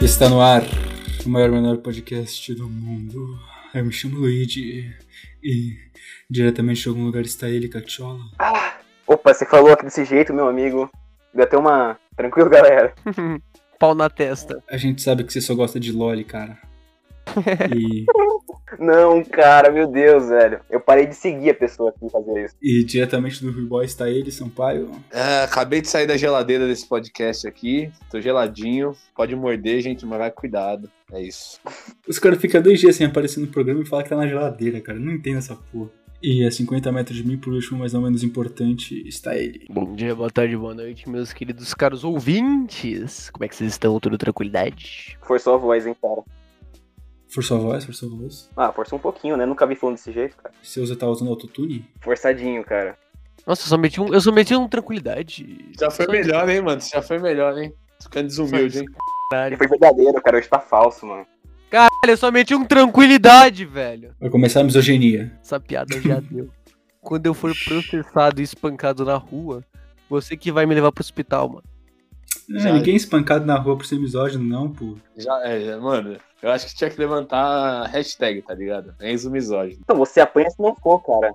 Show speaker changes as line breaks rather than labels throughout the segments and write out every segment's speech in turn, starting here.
Está no ar o maior e menor podcast do mundo. Eu me chamo Luigi e diretamente de algum lugar está ele, Cacciola.
Opa, você falou aqui desse jeito, meu amigo. Deu até uma... Tranquilo, galera.
Pau na testa.
A gente sabe que você só gosta de LOL, cara. E...
Não, cara, meu Deus, velho. Eu parei de seguir a pessoa aqui fazer isso.
e diretamente do Rui Boy está ele, Sampaio.
Acabei de sair da geladeira desse podcast aqui. Tô geladinho. Pode morder, gente, mas vai com cuidado. É isso.
Os caras ficam 2 dias sem aparecer no programa e falam que tá na geladeira, cara. Não entendo essa porra. E a 50 metros de mim, por último, mas não menos importante, está ele.
Bom dia, boa tarde, boa noite, meus queridos caros ouvintes. Como é que vocês estão? Tudo tranquilidade?
Forçou a voz, hein, cara.
Forçou a voz, forçou a voz.
Forçou um pouquinho, né? Nunca vi falando desse jeito, cara.
Você tá usando autotune?
Forçadinho, cara.
Nossa, eu só meti um tranquilidade.
Já foi
Só
melhor, hein, mano? Já foi melhor, hein? Ficando desumilde, hein?
Ele foi verdadeiro, cara. Hoje tá falso, mano.
Caralho, eu só meti um tranquilidade, velho.
Vai começar a misoginia.
Essa piada já deu. Quando eu for processado e espancado na rua, você que vai me levar pro hospital, mano.
Ninguém espancado na rua por ser misógino, não, pô.
Mano, eu acho que tinha que levantar a hashtag, tá ligado? Enzo misógino.
Então, você apanha se não for, cara.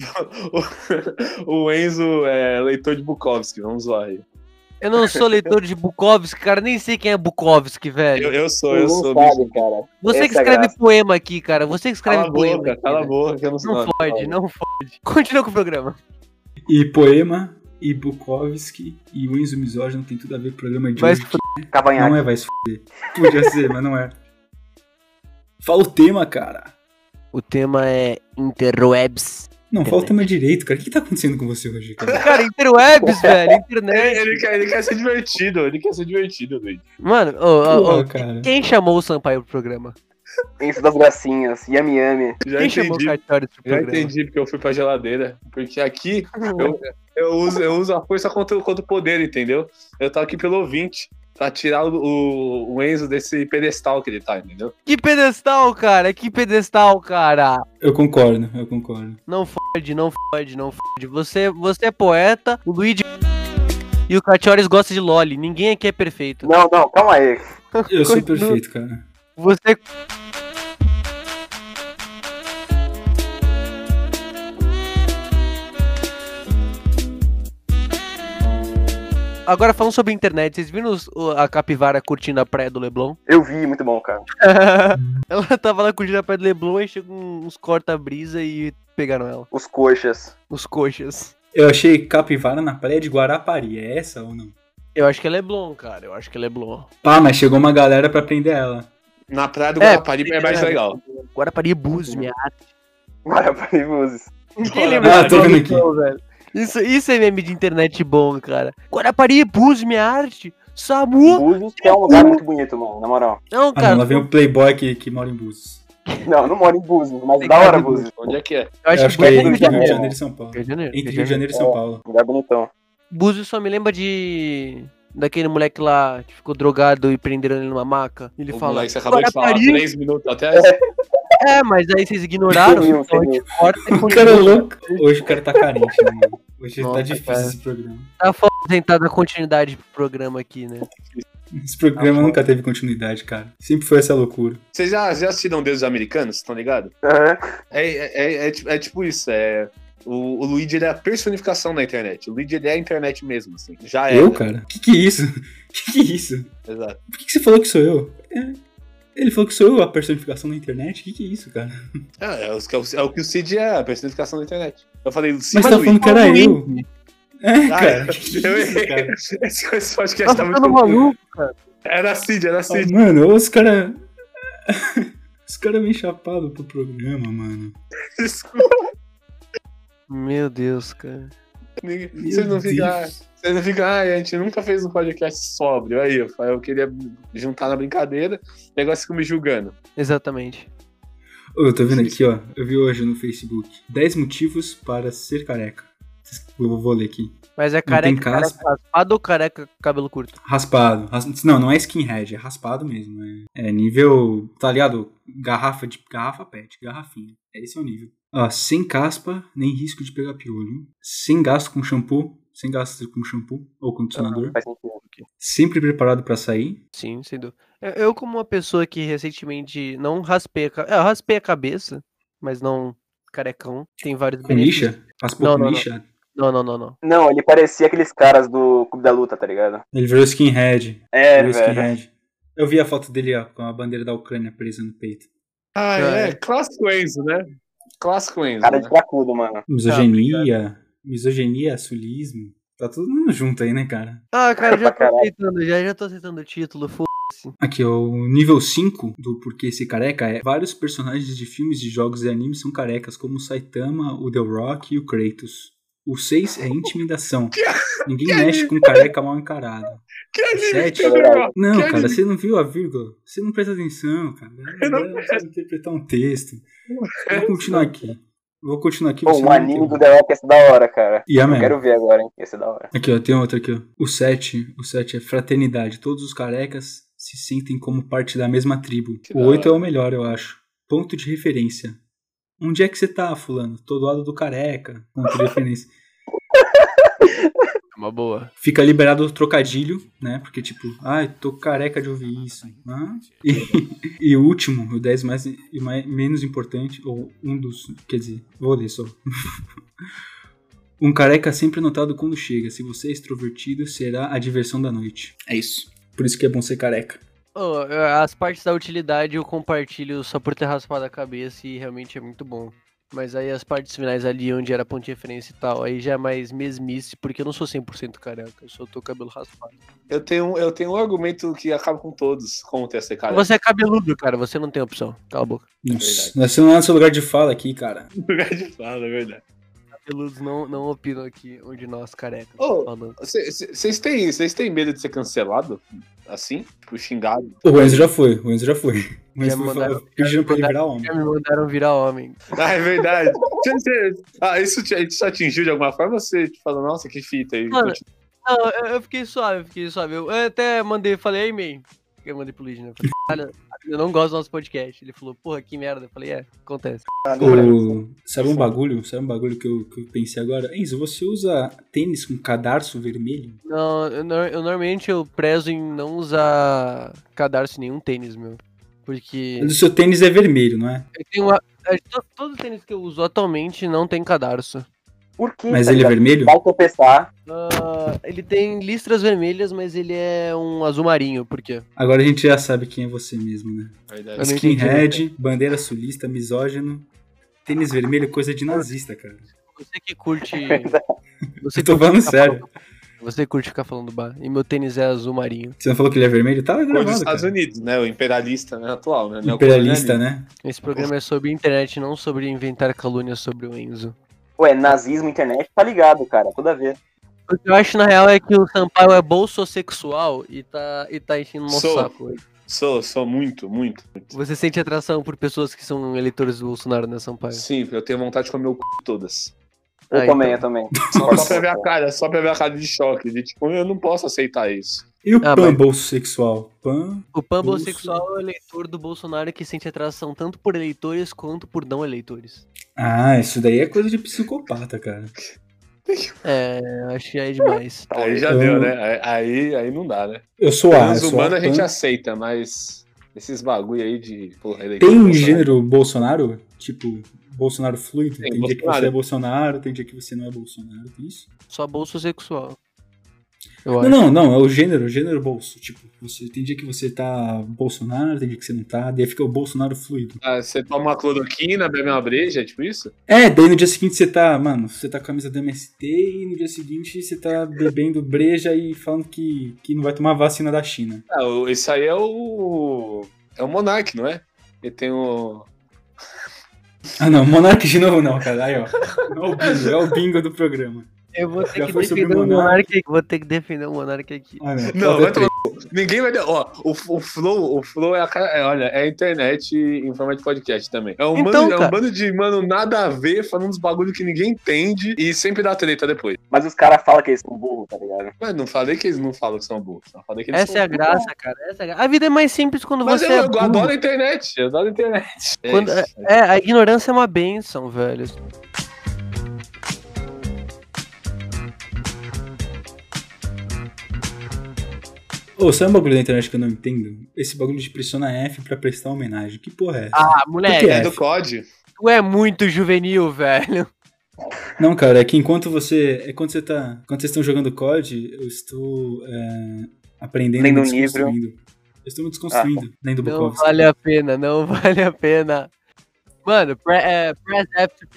O Enzo é leitor de Bukowski, vamos lá aí.
Eu não sou leitor de Bukowski, cara, nem sei quem é Bukowski, velho.
Eu sou,
Não sabe, cara.
Você
Essa
que escreve
graça.
poema aqui, cara. Você que escreve
Cala a
poema
boca,
aqui,
cala a
velho.
boca, que eu não sei.
Não fode, não fode. Continua com o programa.
E poema, e Bukowski, e o Enzo misógino tem tudo a ver com o programa de
Vai
hoje.
se
Cavanhaque.
Não é, vai se fuder. Podia ser, mas não é. Fala o tema, cara.
O tema é interwebs.
Não, fala o tema direito, cara. O que tá acontecendo com você hoje, cara?
Cara, interwebs, velho, internet.
Ele quer ser divertido, Luiz.
Mano,
Porra, cara.
quem chamou o Sampaio pro programa?
Pensa das gracinhas. Yami yami.
Já
Quem chamou o
entendi,
Cachorro pro
já
programa?
entendi porque eu fui pra geladeira. Porque aqui eu uso a força contra o poder, entendeu? Eu tô aqui pelo ouvinte. Pra tirar o Enzo desse pedestal que ele tá, entendeu?
Que pedestal, cara, que pedestal, cara.
Eu concordo.
Não fode, não fode, não fode. Você é poeta, o Luigi e o Cachores gostam de loli. Ninguém aqui é perfeito.
Não, calma aí.
Eu sou
Continua.
perfeito, cara.
Você... Agora falando sobre internet, vocês viram a capivara curtindo a praia do Leblon?
Eu vi, muito bom, cara.
Ela tava lá curtindo a praia do Leblon e chegou uns corta-brisa e pegaram ela.
Os coxas.
Os coxas.
Eu achei capivara na praia de Guarapari. É essa ou não?
Eu acho que é Leblon, cara. Eu acho que é Leblon.
Pá, mas chegou uma galera pra prender ela.
Na praia do Guarapari é mais legal.
Guarapari e Búzios, minha arte.
Guarapari Búzios.
Ninguém lembra
Ah, tô vendo aqui.
velho. Isso é meme de internet bom, cara. Guarapari e Búzios, minha arte. Samu.
Búzios que é um lugar muito bonito, mano, na moral.
Não,
Ah,
cara.
não, lá vem um playboy que mora em Búzios.
Não moro em Búzios, mas da hora Búzios.
Onde é que é?
Eu
Eu acho que é
Búzios
entre
é
Rio de
Rio
Janeiro e São Paulo.
de Janeiro.
Entre Rio de Janeiro e São Paulo.
Lugar bonitão.
Búzios só me lembra daquele moleque lá que ficou drogado e prenderam ele numa maca. Ele
O
fala.
moleque você acabou de falar
Guarapari.
3 minutos atrás.
É, mas aí vocês ignoraram.
Sumiu,
então a
sumiu.
gente corta e
O cara é louco. Hoje o cara tá carente, né, mano? Hoje
Nossa,
tá difícil
cara.
esse programa.
Tá foda tentar dar continuidade pro programa aqui, né?
Esse programa nunca teve continuidade, cara. Sempre foi essa loucura.
Vocês já assistiram Deuses Americanos? Estão ligados?
Aham.
É tipo isso. O Luigi ele é a personificação da internet. O Luigi ele é a internet mesmo, assim. Já é.
Eu, cara? Que é isso? Que é isso?
Exato.
Por que você falou que sou eu? Ele falou que sou eu a personificação da internet? Que é isso, cara?
É o que o Cid é, a personificação da internet. Eu falei, Cid,
Mas tá falando que era
Luigi.
eu. É, cara. Que
eu
isso,
errei.
cara?
Esse podcast tá muito
ficando maluco, cara.
Era Cid.
Ah, mano, os caras... Os caras vêm chapados pro programa, mano.
Desculpa.
Meu Deus, cara.
Vocês não ficam, a gente nunca fez um podcast sóbrio. Aí, eu queria juntar na brincadeira, negócio fica me julgando.
Exatamente.
Ô, eu tô vendo aqui, ó. Eu vi hoje no Facebook. 10 motivos para ser careca. Eu vou ler aqui.
Mas é
Não
careca,
tem caspa.
careca raspado ou careca cabelo curto?
Raspado. Não é skinhead, é raspado mesmo. É nível, tá ligado? Garrafa pet, garrafinha. Esse é o nível. Ó, sem caspa, nem risco de pegar piolho. Sem gasto com shampoo ou condicionador.
Faz sentido.
quê.
Sempre preparado pra sair.
Sim, sem dúvida. Eu como uma pessoa que recentemente não raspei eu raspei a cabeça, mas não carecão, tem vários
Com
benefícios.
lixa. Raspou com
Não.
lixa.
Não.
Não, ele parecia aqueles caras do Clube da Luta, tá ligado?
Ele virou skinhead.
É,
Virou
velho.
skinhead. Eu vi a foto dele, ó, com a bandeira da Ucrânia presa no peito.
Ah, clássico Enzo, né? Clássico Enzo,
Cara
né?
de cracudo, mano.
Misoginia, sulismo. Tá tudo junto aí, né, cara?
Ah, cara, já tô
Caralho.
aceitando, já tô aceitando o título,
Aqui, ó, o nível 5 do Porquê Ser Careca é vários personagens de filmes, de jogos e animes são carecas, como o Saitama, o The Rock e o Kratos. O 6 é intimidação. Ninguém mexe com careca mal encarado.
Que anime
7.
que legal.
Não,
Que
cara,
anime.
você não viu a vírgula. Você não presta atenção, cara.
Eu não
Agora você vai interpretar um texto. Eu vou continuar aqui.
Pô,
você
um
não
anime do
entendeu.
The Rock ia ser da hora, cara.
E a
Eu
mesmo.
quero ver agora, hein? Ia ser da hora.
Aqui, ó, tem outro aqui, ó. O 7 é fraternidade. Todos os carecas se sentem como parte da mesma tribo.
Que
O
da
8 é
hora.
o melhor, eu acho. Ponto de referência. Onde é que você tá, fulano? Tô do lado do careca. Ponto de referência.
É uma boa.
Fica liberado o trocadilho, né? Porque, tipo, ai, tô careca de ouvir isso. E o último, o 10 menos importante, ou um dos. Quer dizer, vou ler só. Um careca sempre notado quando chega. Se você é extrovertido, será a diversão da noite. É isso. Por isso que é bom ser careca.
Oh, as partes da utilidade eu compartilho só por ter raspado a cabeça e realmente é muito bom. Mas aí as partes finais ali, onde era ponto de referência e tal, aí já é mais mesmice, porque eu não sou 100% careca, eu só tô cabelo raspado.
Eu tenho um argumento que acaba com todos, como ter esse cara.
Você é cabeludo, cara, você não tem opção. Cala a boca.
Nossa, você não é no seu lugar de fala aqui, cara.
Lugar de fala, é verdade.
Cabeludos não opinam aqui onde nós carecas
Ô,
falando.
Vocês têm medo de ser cancelado? Assim? Tipo, xingado?
O Enzo já foi. O Enzo
Já
foi
me mandaram-
pedindo pra ele virar homem.
Já me mandaram virar homem.
Ah, é verdade. Isso te atingiu de alguma forma ou você te falou, nossa, que fita aí?
Mano, Não, eu fiquei suave. Eu até falei, aí, man. Eu mandei pro Luigi, né? Eu falei, "Olha, eu não gosto do nosso podcast." Ele falou, porra, que merda. Eu falei, acontece.
Sabe um bagulho que eu pensei agora? Enzo, você usa tênis com cadarço vermelho?
Não, eu normalmente eu prezo em não usar cadarço em nenhum tênis, meu. Porque
O seu tênis é vermelho, não é?
eu tenho todo tênis que eu uso atualmente não tem cadarço.
Por quê?
Mas
tá
ele é
ligado?
vermelho?
Vai tropeçar.
Ele tem listras vermelhas, mas ele é um azul marinho, por quê?
Agora a gente já sabe quem é você mesmo, né?
Verdade.
Eu não entendi,
Skinhead, bandeira sulista, misógino, tênis vermelho, coisa de nazista, cara.
Você que curte. Você
Eu tô
curte
falando
ficar
sério.
Você curte ficar falando bar. E meu tênis é azul marinho.
Você não falou que ele é vermelho? Tá
Cor dos
gravado,
Estados
cara.
Unidos, né? O imperialista, né? Atual, né?
Imperialista, né?
Esse programa é sobre internet, não sobre inventar calúnias sobre o Enzo.
Ué, nazismo, internet, tá ligado, cara. Tudo a ver.
O que eu acho, na real, é que o Sampaio é bolsossexual e tá enchendo o nosso
Sou.
saco.
Sou muito.
Você sente atração por pessoas que são eleitores do Bolsonaro, né, Sampaio?
Sim, eu tenho vontade de comer o c... todas.
Eu
Ah,
também,
então.
eu também.
Só pra ver a cara, de choque. De tipo, eu não posso aceitar isso.
E o
Ah,
pan
mas-
bolso sexual? Pan.
O panbossexual é o eleitor do Bolsonaro que sente atração tanto por eleitores quanto por não eleitores.
Ah, isso daí é coisa de psicopata, cara.
Acho que é demais.
Aí já
Eu-
deu, né? Aí não dá, né?
Eu sou A. eu
Os
sou
humanos a gente
pan.
aceita, mas esses bagulho aí de porra, eleitor
Tem
do Bolsonaro.
gênero Bolsonaro? Tipo, Bolsonaro fluido?
Tem
Tem dia que
Bolsonaro.
você é Bolsonaro, tem dia que você não é Bolsonaro, tem isso?
Só bolsossexual. Eu acho.
Não, é o gênero bolso. Tipo, tem dia que você tá Bolsonaro, tem dia que você não tá, daí fica o Bolsonaro fluido.
Ah, você toma uma cloroquina, bebe uma breja, é tipo isso?
É, daí no dia seguinte você tá com a camisa do MST e no dia seguinte você tá bebendo breja e falando que não vai tomar vacina da China.
Ah, esse aí é o Monark, não é? Ele tem o...
Ah não, Monark de novo não, cara. Aí ó, não é o bingo do programa.
Eu vou ter
Já
que
foi sobre
defender
o
o Monark aqui. Vou ter que defender o Monark aqui.
Ah
Não,
Pode
vai
ter.
tomar... Ninguém vai... Ó, o Flow é a cara... olha, é a internet em forma de podcast também. É um,
Então,
é um
cara.
bando de, nada a ver, falando uns bagulho que ninguém entende e sempre dá treta depois.
Mas os caras falam que eles são burros, tá ligado?
Mas não falei que eles não falam que são burros. Só falei que eles
Essa
são
é a
burros.
graça, cara. A vida é mais simples quando
Mas
você
eu
é burro.
adoro a internet. Eu adoro a internet. É
Quando-
isso.
a ignorância é uma benção, velho.
Ô, sabe um bagulho da internet que eu não entendo? Esse bagulho de pressiona F pra prestar homenagem. Que porra é essa?
Ah,
Por
moleque,
que
É
F?
do COD.
tu é muito juvenil, velho.
Não, cara, é que enquanto você. Quando vocês estão jogando COD, eu estou aprendendo e
Lendo
me
um livro.
desconstruindo. Eu estou me desconstruindo, lendo
Não
Bukowski.
vale a pena, não vale a pena. Mano, press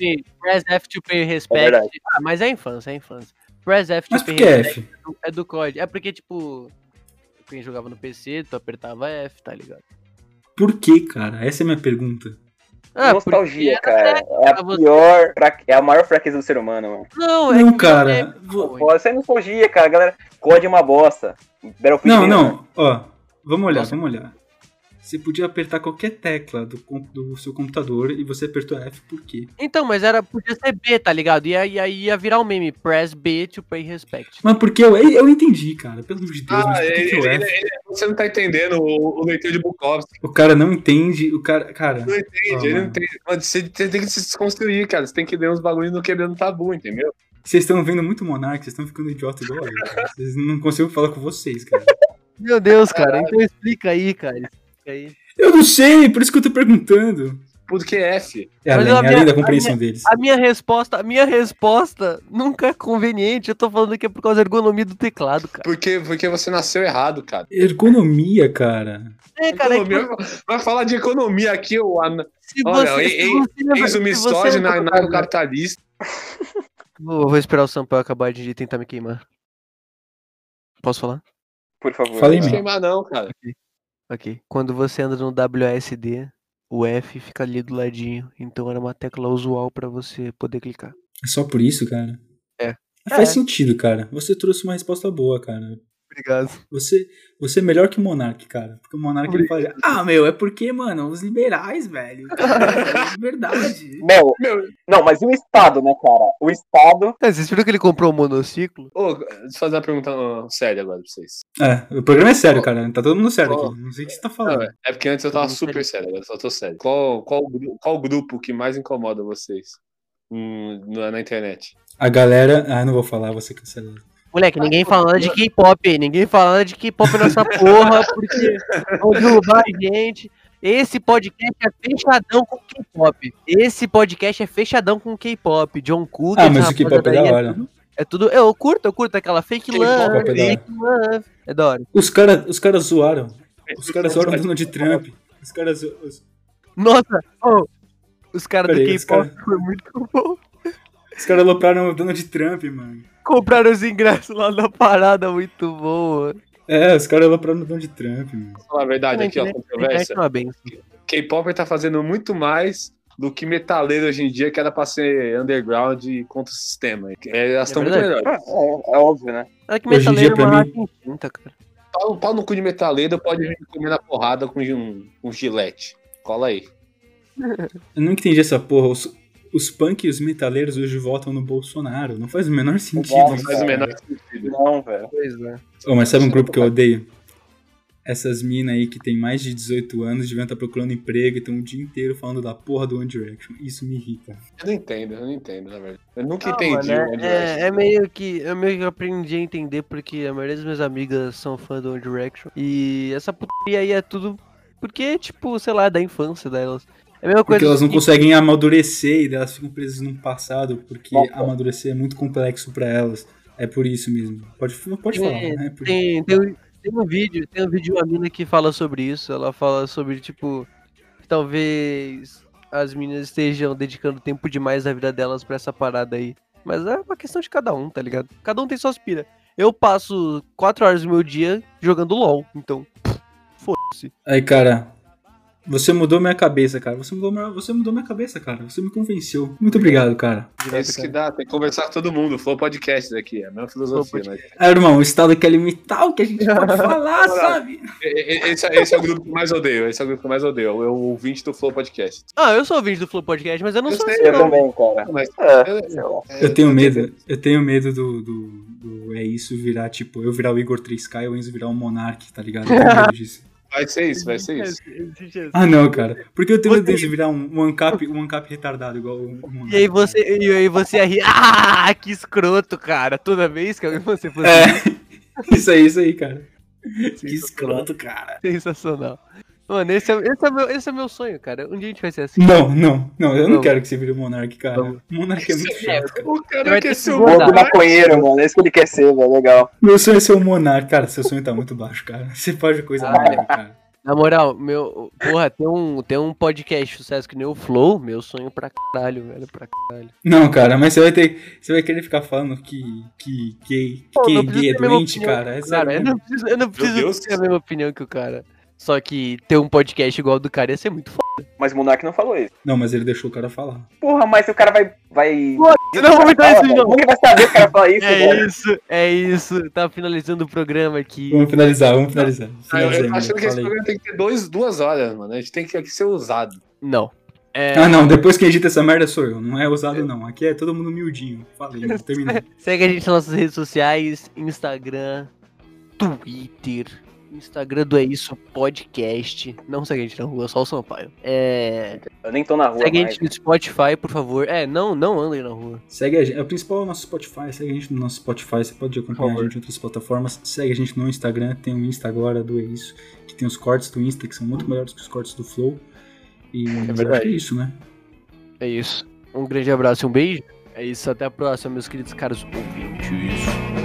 F to pay respect.
verdade.
Mas é infância, Press F to
Mas
pay
por que
respect
F?
é do COD. É porque, tipo, quem jogava no PC, tu apertava F, tá ligado?
Por que, cara? Essa é a minha pergunta.
Nostalgia,
porque
cara. É
pra
a
você.
pior. É a maior fraqueza do ser humano, mano.
Não, é
Não,
que
cara.
Pô, isso é nostalgia, cara. Galera, COD é uma bosta. Battlefield
Não,
mesmo,
não. Ó, vamos olhar,
Nossa.
vamos olhar. Você podia apertar qualquer tecla do seu computador e você apertou F por quê?
Então, mas podia ser B, tá ligado? E aí ia virar um meme. Press B to pay respect.
Mas porque eu entendi, cara. Pelo amor de Deus, mas por que o F?
Você não tá entendendo o leitor de Bukowski.
O cara não entende, o cara. Cara.
Não entende, ele não entende. Mano, você tem que se desconstruir, cara. Você tem que ler uns bagulho no quebrando tabu, entendeu?
Vocês estão vendo muito Monark, vocês estão ficando idiota igual eu, cara. Vocês não consigo falar com vocês, cara.
Meu Deus, cara. Então explica aí, cara. Explica aí.
Eu não sei, por isso que eu tô perguntando.
Porque F.
É
Mas
além da compreensão deles.
A minha resposta nunca é conveniente. Eu tô falando que é por causa da ergonomia do teclado, cara.
Porque você nasceu errado, cara.
Ergonomia, cara.
É, cara, é que
Vai falar de economia aqui, ô Ana.
se
Olha,
você
Enzo misógino na capitalista.
Vou esperar o Sampaio acabar de tentar me queimar. Posso falar?
Por favor.
Fala em
Não
mim.
queimar não, cara.
Ok. Quando você anda no WASD, o F fica ali do ladinho. Então era uma tecla usual pra você poder clicar.
É só por isso, cara?
É.
Faz
É.
sentido, cara. Você trouxe uma resposta boa, cara.
Obrigado.
Você é melhor que o Monark, cara. Porque o Monark ele fala, é porque, mano, os liberais, velho. Cara, é verdade.
Não, mas e o Estado, né, cara? O Estado.
Vocês viram que ele comprou um monociclo?
Ô, deixa eu fazer uma pergunta séria agora pra vocês.
O programa é sério, cara. Tá todo mundo sério aqui. Não sei o que você tá
Não,
falando.
é porque antes eu tava
Todo mundo
super sério, agora eu só tô sério. Qual grupo que mais incomoda vocês na internet?
A galera... não vou falar, você cancelado.
Moleque, ninguém falando de K-pop aí. Ninguém falando de K-pop nessa porra, porque vão derrubar a gente. Esse podcast é fechadão com K-pop. John Cook,
Mas
essa
o K-pop é da
rapaziada aí
hora.
É tudo. Eu curto aquela fake
K-pop
love.
é da hora.
Fake love. É da hora.
Os caras zoaram. Os caras zoaram o Donald Trump. Os caras...
Nossa, os caras do
Peraí, os
K-pop
cara-
foi muito bom.
Os caras alopraram o Donald Trump, mano.
Compraram os ingressos lá na parada, muito bom, mano.
Os caras alopraram o Donald Trump, mano.
Vou falar a verdade aqui, ó,
Internet
controvérsia.
é uma benção.
K-pop tá fazendo muito mais do que metaleiro hoje em dia, que era pra ser underground e contra o sistema. Elas estão muito
verdade.
melhores.
É óbvio, né?
É que
Hoje em dia,
metaleiro é
pra
uma
mim-
raça instinta, cara.
Pau no cu de metaleiro pode vir comer na porrada com um gilete. Cola aí.
Eu não entendi essa porra. Os punk e os metaleiros hoje votam no Bolsonaro. Não faz o menor sentido.
Não
Não faz o menor sentido.
Não, velho.
Pois é.
Mas sabe um grupo que eu odeio? Essas minas aí que tem mais de 18 anos deviam estar procurando emprego e estão o dia inteiro falando da porra do One Direction. Isso me irrita.
Eu não entendo, na verdade. Eu nunca
Não,
entendi
mano,
o One Direction.
é meio que eu aprendi a entender porque a maioria das minhas amigas são fã do One Direction. E essa putaria aí é tudo porque, tipo, sei lá, é da infância delas. É a mesma
Porque
coisa
elas não
que-
conseguem amadurecer e elas ficam presas num passado porque
Nossa.
amadurecer é muito complexo pra elas. É por isso mesmo. Pode falar, né? É por isso.
Tem um vídeo de uma mina que fala sobre isso. Ela fala sobre, tipo, que talvez as meninas estejam dedicando tempo demais da vida delas pra essa parada aí. Mas é uma questão de cada um, tá ligado? Cada um tem suas pira. Eu passo 4 horas do meu dia jogando LOL, então, foda-se.
Aí, cara, você mudou minha cabeça, cara. Você mudou minha cabeça, cara. Você me convenceu. Muito obrigado, cara.
É isso que dá, tem que conversar com todo mundo. Flow Podcast aqui, é a mesma filosofia. Mas...
Irmão, o Estado quer limitar o que a gente pode falar, sabe?
Esse é o grupo que eu mais odeio. Esse é o grupo que eu mais odeio. É o ouvinte do Flow Podcast.
Ah, eu sou ouvinte do Flow Podcast, mas eu não
Eu
sou
sei,
assim,
Eu
não.
também, cara.
Mas,
Sei lá.
Eu tenho medo do é isso virar, tipo, eu virar o Igor 3K e o Enzo virar um Monark, tá ligado? Eu tenho medo disso.
Vai ser isso.
Ah, não, cara. Porque eu tenho medo desse virar um ancap retardado, igual o Monark.
E aí você ia rir, que escroto, cara. Toda vez que alguém você fosse
Isso aí, cara. Que escroto, cara.
Sensacional. Mano, esse é meu sonho, cara. Um dia a gente vai ser assim.
Não, eu não
Vamos.
quero que você vire o Monark, cara.
Vamos.
O Monark é muito chato, cara.
O
Você
cara
vai
quer
ter
ser
que
o
mudar.
Gordo maconheiro, mano. É isso que ele quer ser, velho. Legal.
Meu sonho é ser o Monark. Cara, seu sonho tá muito baixo, cara. Você pode coisa melhor, cara.
Na moral, porra, tem um podcast de sucesso que nem o Flow, meu sonho pra caralho, velho, pra caralho.
Não, cara, mas você vai querer ficar falando que
Pô, não
gay é
precisa ter a mesma
doente,
opinião
cara. É
Cara,
sério.
eu não preciso
Deus.
ter a mesma opinião que o cara. Só que ter um podcast igual ao do cara ia ser muito foda.
Mas o Monark não falou isso.
Não, mas ele deixou o cara falar.
Porra, mas se o cara vai...
Não vou entrar nisso, não.
Como que vai saber que o cara fala isso, velho?
É isso. Tá finalizando o programa aqui.
Vamos finalizar.
Eu
Finaliza
tô
aí,
achando que esse
fala aí.
programa tem que ter 2 horas, mano. A gente tem que aqui ser usado.
Não.
Ah, não, depois quem edita essa merda sou eu. Não é usado, não. Aqui é todo mundo humildinho. Falei, terminei.
Segue a gente nas nossas redes sociais, Instagram, Twitter, Instagram do É Isso Podcast. Não segue a gente na rua, só o Sampaio.
Eu nem tô na rua
Segue a
mais.
gente no Spotify, por favor. Não andem na rua.
Segue a gente. O principal é o nosso Spotify. Segue a gente no nosso Spotify. Você pode acompanhar a gente em outras plataformas. Segue a gente no Instagram. Tem o Insta agora do É Isso. Que tem os cortes do Insta que são muito melhores que os cortes do Flow. E eu acho que é isso, né?
É isso. Um grande abraço e um beijo. É isso, até a próxima, meus queridos caros ouvintes.